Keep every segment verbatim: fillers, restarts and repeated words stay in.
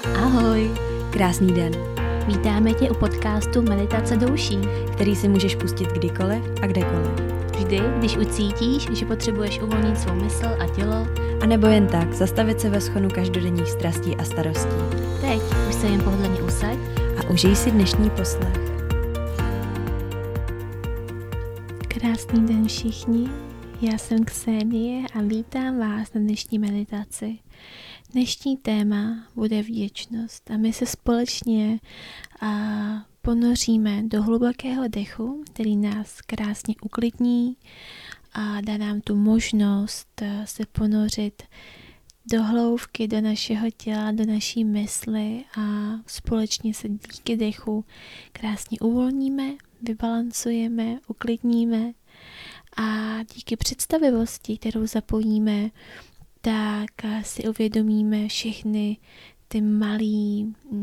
Ahoj, Krásný den, vítáme tě u podcastu Meditace douší, který si můžeš pustit kdykoliv a kdekoliv. vždy, když ucítíš, že potřebuješ uvolnit svou mysl a tělo. A nebo jen tak, zastavit se ve schonu každodenních strastí a starostí. Teď už se jen pohodlně usaď A užij si dnešní poslech. Krásný den všichni, já jsem Ksenie a vítám vás na dnešní meditaci. Dnešní téma bude vděčnost a my se společně a, ponoříme do hlubokého dechu, který nás krásně uklidní a dá nám tu možnost se ponořit do hloubky, do našeho těla, do naší mysli a společně se díky dechu krásně uvolníme, vybalancujeme, uklidníme a díky představivosti, kterou zapojíme, tak si uvědomíme všechny ty malé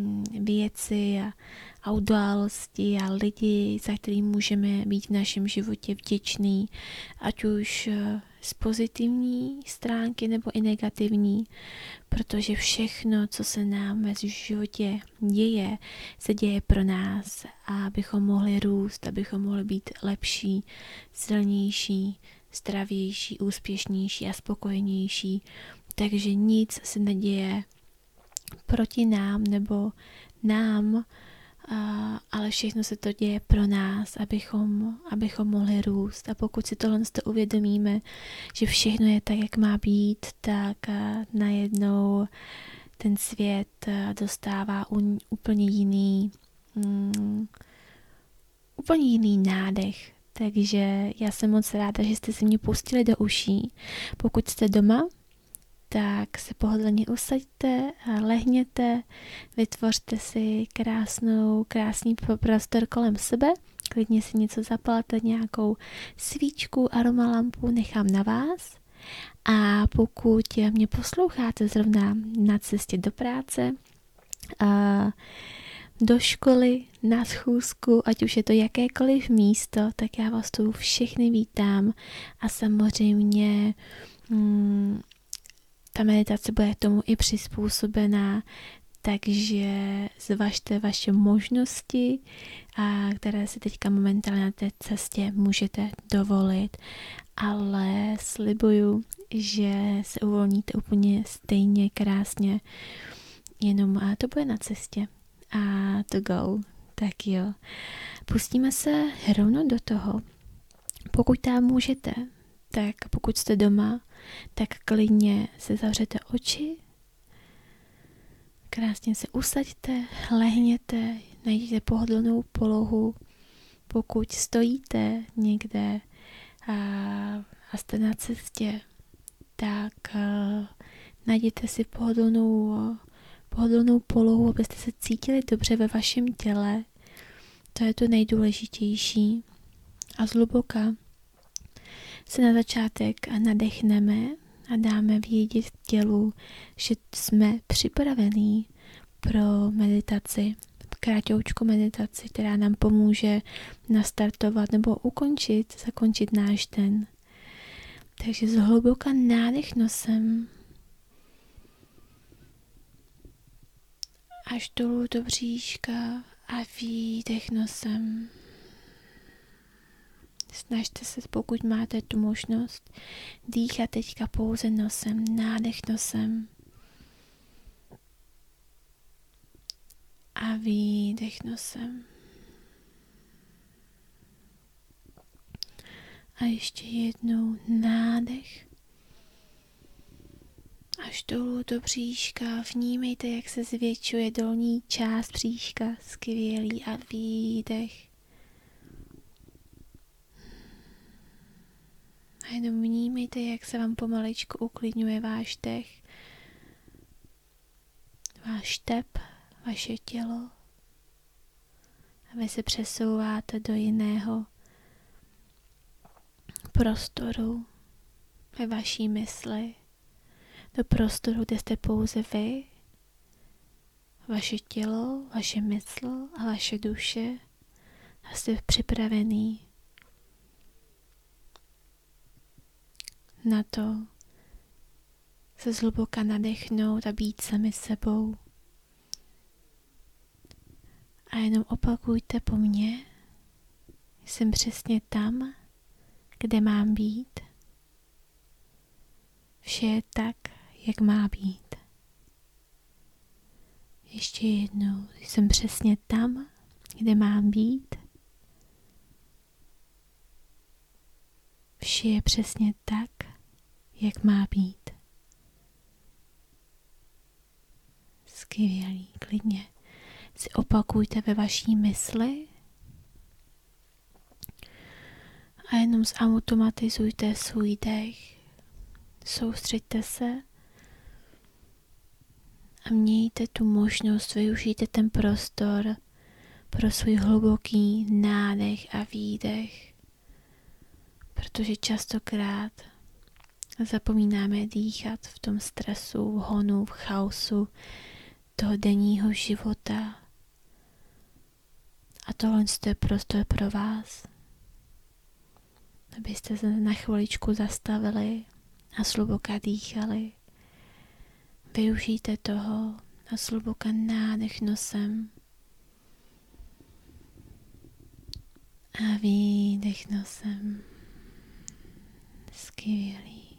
věci a, a události a lidi, za který můžeme být v našem životě vděční, ať už z pozitivní stránky nebo i negativní, protože všechno, co se nám v životě děje, se děje pro nás, a abychom mohli růst, abychom mohli být lepší, silnější, zdravější, úspěšnější a spokojenější. Takže nic se neděje proti nám nebo nám, a, ale všechno se to děje pro nás, abychom, abychom mohli růst. A pokud si tohle uvědomíme, že všechno je tak, jak má být, tak a, najednou ten svět a, dostává un, úplně jiný mm, úplně jiný nádech. Takže já jsem moc ráda, že jste si mě pustili do uší. Pokud jste doma, tak se pohodlně usaďte a lehněte, vytvořte si krásnou, krásný prostor kolem sebe, klidně si něco zapalte, nějakou svíčku, aromalampu, nechám na vás. A pokud mě posloucháte zrovna na cestě do práce, a do školy, na schůzku, ať už je to jakékoliv místo, tak já vás tu všechny vítám a samozřejmě hmm, ta meditace bude tomu i přizpůsobená, takže zvažte vaše možnosti, a které si teďka momentálně na té cestě můžete dovolit, ale slibuju, že se uvolníte úplně stejně krásně, jenom a to bude na cestě. A to go. Tak jo. Pustíme se rovnou do toho. Pokud tam můžete, tak pokud jste doma, tak klidně se zavřete oči, krásně se usaďte, lehněte, najděte pohodlnou polohu. Pokud stojíte někde a, a jste na cestě, tak a, najděte si pohodlnou pohodlnou polohu, abyste se cítili dobře ve vašem těle. To je to nejdůležitější. A zhluboka se na začátek nadechneme a dáme vědět tělu, že jsme připravení pro meditaci, krátoučkou meditaci, která nám pomůže nastartovat nebo ukončit, zakončit náš den. Takže zhluboka nádech nosem až dolů do bříška a výdech nosem. Snažte se, pokud máte tu možnost, dýchat teďka pouze nosem, nádech nosem a výdech nosem. A ještě jednou nádech až dolů do bříška. Vnímejte, jak se zvětšuje dolní část bříška. Skvělý. A výdech. A jenom vnímejte, jak se vám pomaličku uklidňuje váš dech, váš tep, vaše tělo. A vy se přesouváte do jiného prostoru ve vaší mysli. Do prostoru, kde jste pouze vy, vaše tělo, vaše mysl a vaše duše a jste připravený na to se zhluboka nadechnout a být sami sebou. A jenom opakujte po mně. Jsem přesně tam, kde mám být. Vše je tak, jak má být. Ještě jednou. Jsem přesně tam, kde mám být. Vše je přesně tak, jak má být. Skvělý, klidně si opakujte ve vaší mysli a jenom zautomatizujte svůj dech. Soustřeďte se a mějte tu možnost, využijte ten prostor pro svůj hluboký nádech a výdech, protože častokrát zapomínáme dýchat v tom stresu, v honu, v chaosu toho denního života. A tohle je prostor pro vás, abyste se na chviličku zastavili a zhluboka dýchali. Využijte toho a zhluboka nádech nosem a výdech nosem. Skvělý.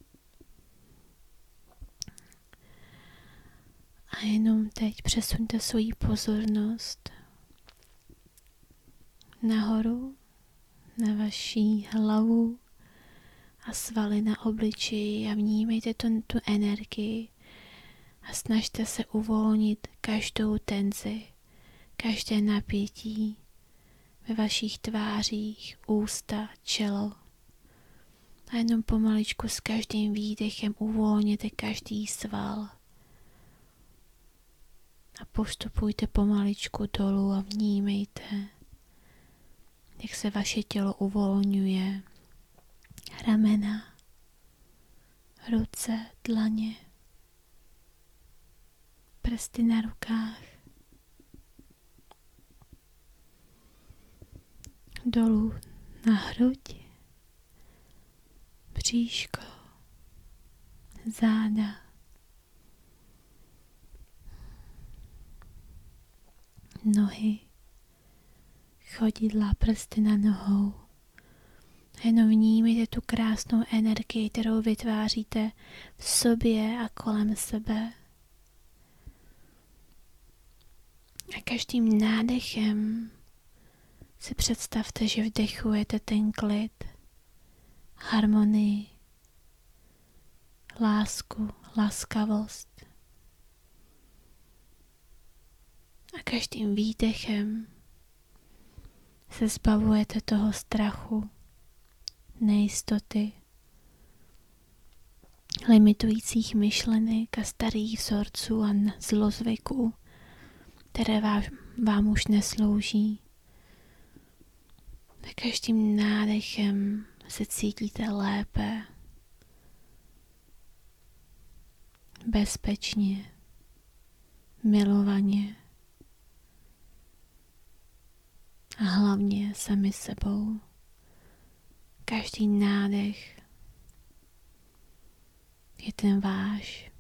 A jenom teď přesuňte svoji pozornost nahoru, na vaši hlavu a svaly na obličeji a vnímejte tu, tu energii a snažte se uvolnit každou tenzi, každé napětí ve vašich tvářích, ústa, čelo. A jenom pomaličku s každým výdechem uvolněte každý sval. A postupujte pomaličku dolů a vnímejte, jak se vaše tělo uvolňuje. Ramena, ruce, dlaně, prsty na rukách, dolů na hruď, bříško, záda, nohy, chodidla, prsty na nohou. A jenom vnímejte tu krásnou energii, kterou vytváříte v sobě a kolem sebe. A každým nádechem si představte, že vdechujete ten klid, harmonii, lásku, laskavost. A každým výdechem se zbavujete toho strachu, nejistoty, limitujících myšlenek a starých vzorců a zlozvyků, které vám, vám už neslouží. A každým nádechem se cítíte lépe, bezpečně, milovaně a hlavně sami sebou. Každý nádech je ten váš,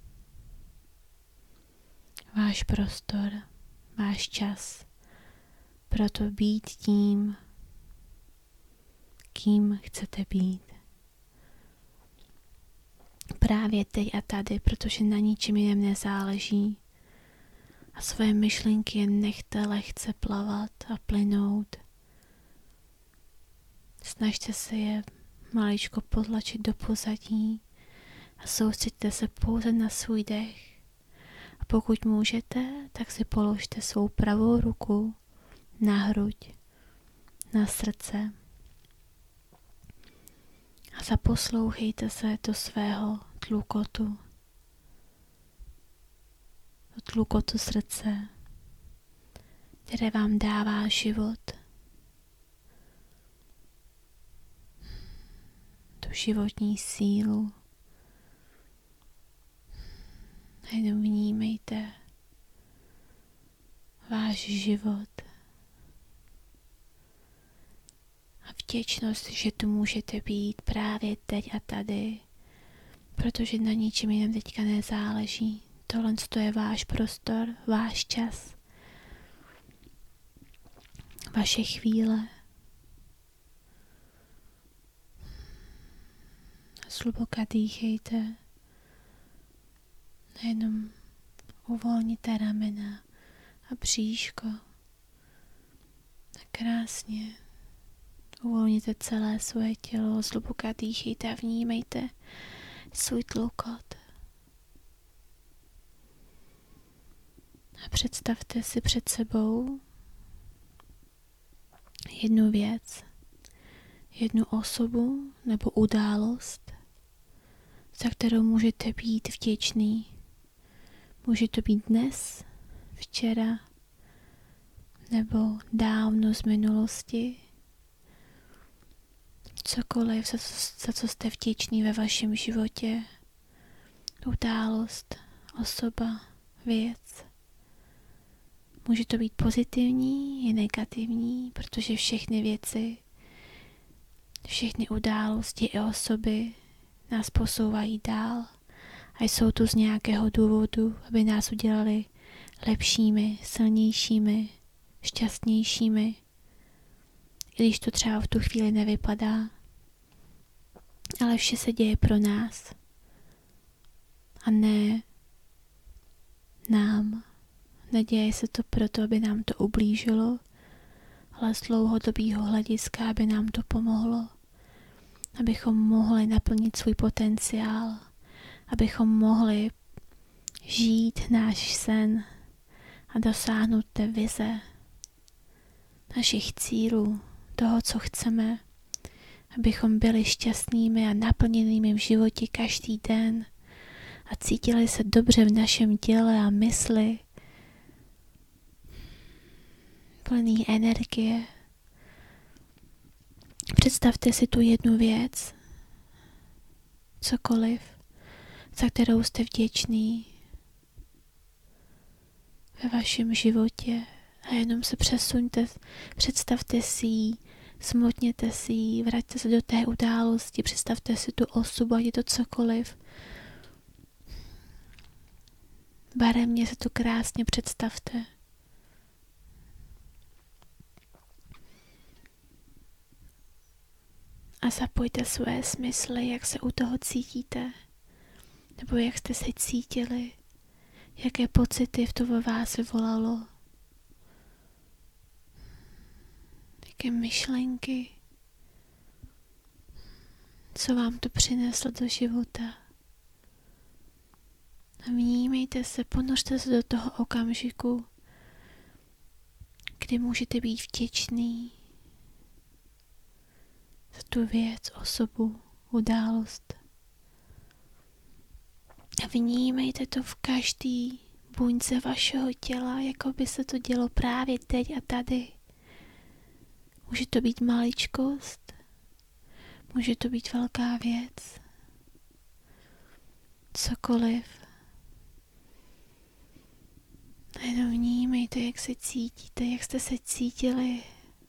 váš prostor, váš čas, proto být tím, kým chcete být. Právě teď a tady, protože na ničem jiném nezáleží. A svoje myšlenky jen nechte lehce plavat a plynout. Snažte se je maličko potlačit do pozadí a soustřeďte se pouze na svůj dech. A pokud můžete, tak si položte svou pravou ruku na hruď, na srdce a zaposlouchejte se do svého tlukotu, do tlukotu srdce, které vám dává život, tu životní sílu. A jenom vnímejte váš život a vděčnost, že tu můžete být právě teď a tady, protože na ničem jiném teďka nezáleží. Tohle je váš prostor, váš čas. vaše chvíle. Zhluboka dýchejte. Nejenom uvolníte ramena a bříško. A krásně uvolníte celé svoje tělo. Zhluboka dýchejte a vnímejte svůj tlukot. A představte si před sebou jednu věc, jednu osobu nebo událost, za kterou můžete být vděčný. Může to být dnes, včera nebo dávno z minulosti. Cokoliv, za co, za co jste vděční ve vašem životě. Událost, osoba, věc. Může to být pozitivní i negativní, protože všechny věci, všechny události i osoby nás posouvají dál a jsou tu z nějakého důvodu, aby nás udělali lepšími, silnějšími, šťastnějšími, i když to třeba v tu chvíli nevypadá. Ale vše se děje pro nás a ne nám. Neděje se to proto, aby nám to ublížilo, ale z dlouhodobého hlediska, aby nám to pomohlo, abychom mohli naplnit svůj potenciál, abychom mohli žít náš sen a dosáhnout té vize, našich cílů, toho, co chceme, abychom byli šťastnými a naplněnými v životě každý den a cítili se dobře v našem těle a mysli, plný energie. Představte si tu jednu věc, cokoliv, za kterou jste vděčný ve vašem životě a jenom se přesuňte, představte si ji, smutněte si ji, vraťte se do té události, představte si tu osobu, ať je to cokoliv. Barevně se to krásně představte. A zapojte své smysly, jak se u toho cítíte, nebo jak jste se cítili, jaké pocity v to ve vás vyvolalo, jaké myšlenky, co vám to přineslo do života. A vnímejte se, ponořte se do toho okamžiku, kdy můžete být vděčný za tu věc, osobu, událost. A vnímejte to v každý buňce vašeho těla, jako by se to dělo právě teď a tady. Může to být maličkost, může to být velká věc, cokoliv. A jenom vnímejte, jak se cítíte, jak jste se cítili.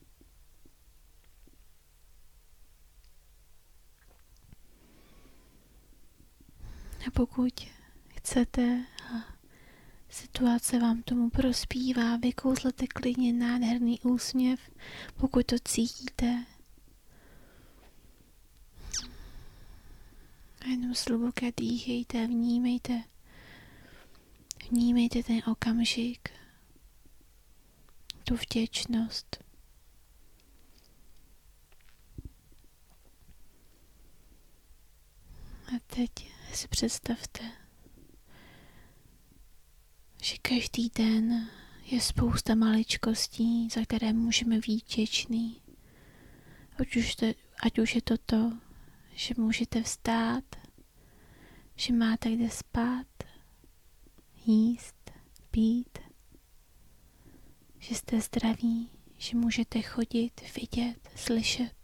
A pokud chcete a situace vám tomu prospívá, vykouzlete klidně nádherný úsměv, pokud to cítíte. A jenom hluboké dýchejte, vnímejte. Vnímejte ten okamžik, tu vděčnost. A teď si představte, že každý den je spousta maličkostí, za které můžeme být vděční. Ať už, to, ať už je to to, že můžete vstát, že máte kde spát, jíst, pít, že jste zdraví, že můžete chodit, vidět, slyšet,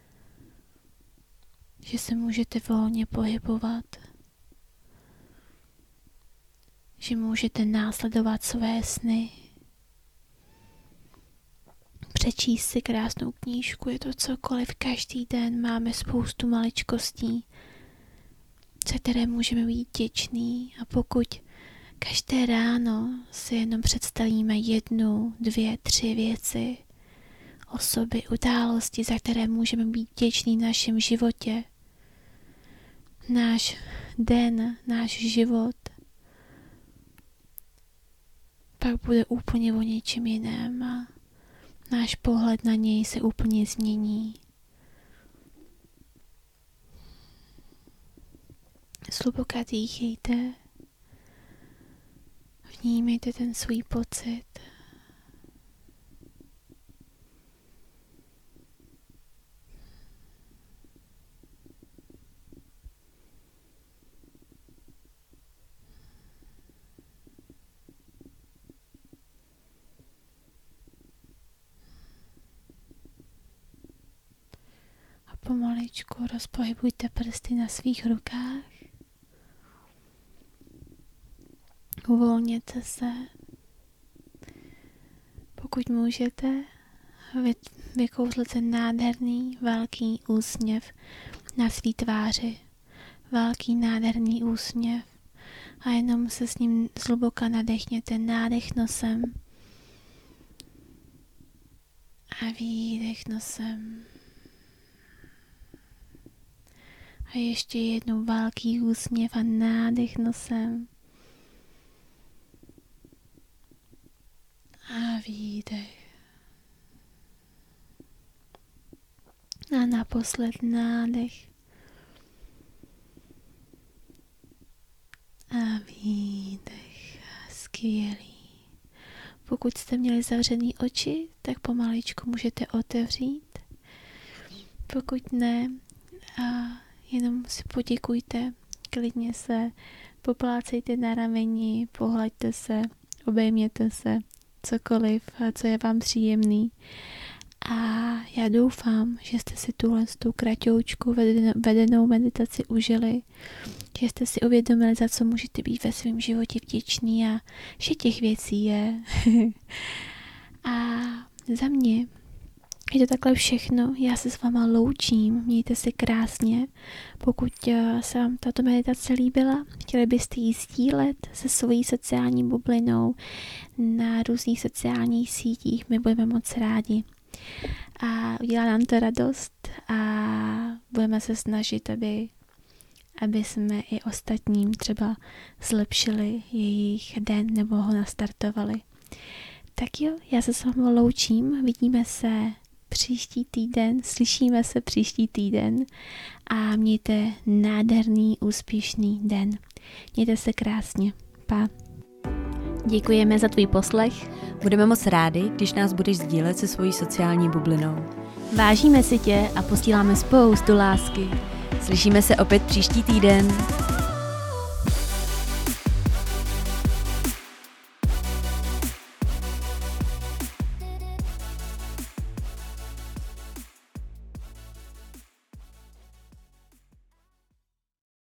že se můžete volně pohybovat, že můžete následovat své sny, přečíst si krásnou knížku, je to cokoliv, každý den máme spoustu maličkostí, za které můžeme být vděční. A pokud každé ráno si jenom představíme jednu, dvě, tři věci, osoby, události, za které můžeme být vděční v našem životě. Náš den, náš život pak bude úplně o něčem jiném a náš pohled na něj se úplně změní. Zhluboka dýchejte, vnímejte ten svůj pocit. A pomaličku rozpohybujte prsty na svých rukách. Uvolněte se. Pokud můžete, vykouzlete nádherný velký úsměv na svý tváři. Velký nádherný úsměv. A jenom se s ním zhluboka nadechněte. Nádech nosem. A výdech nosem. A ještě jednou velký úsměv a nádech nosem. A výdech. A naposled nádech. A výdech. Skvělý. Pokud jste měli zavřený oči, tak pomaličku můžete otevřít. Pokud ne, a jenom si poděkujte, klidně se poplácejte na rameni, pohlaďte se, obejměte se, cokoliv, co je vám příjemný. A já doufám, že jste si tuhle tu kratoučku vedenou meditaci užili, že jste si uvědomili, za co můžete být ve svém životě vděční a že těch věcí je. A za mě je to takhle všechno. Já se s váma loučím. Mějte se krásně. Pokud se vám tato meditace líbila, chtěli byste ji sdílet se svojí sociální bublinou na různých sociálních sítích, my budeme moc rádi. A udělá nám to radost a budeme se snažit, aby, aby jsme i ostatním třeba zlepšili jejich den nebo ho nastartovali. Tak jo, já se s vámi loučím. Vidíme se příští týden, slyšíme se příští týden a mějte nádherný, úspěšný den. Mějte se krásně. Pa. Děkujeme za tvůj poslech. Budeme moc rádi, když nás budeš sdílet se svojí sociální bublinou. Vážíme si tě a posíláme spoustu lásky. Slyšíme se opět příští týden.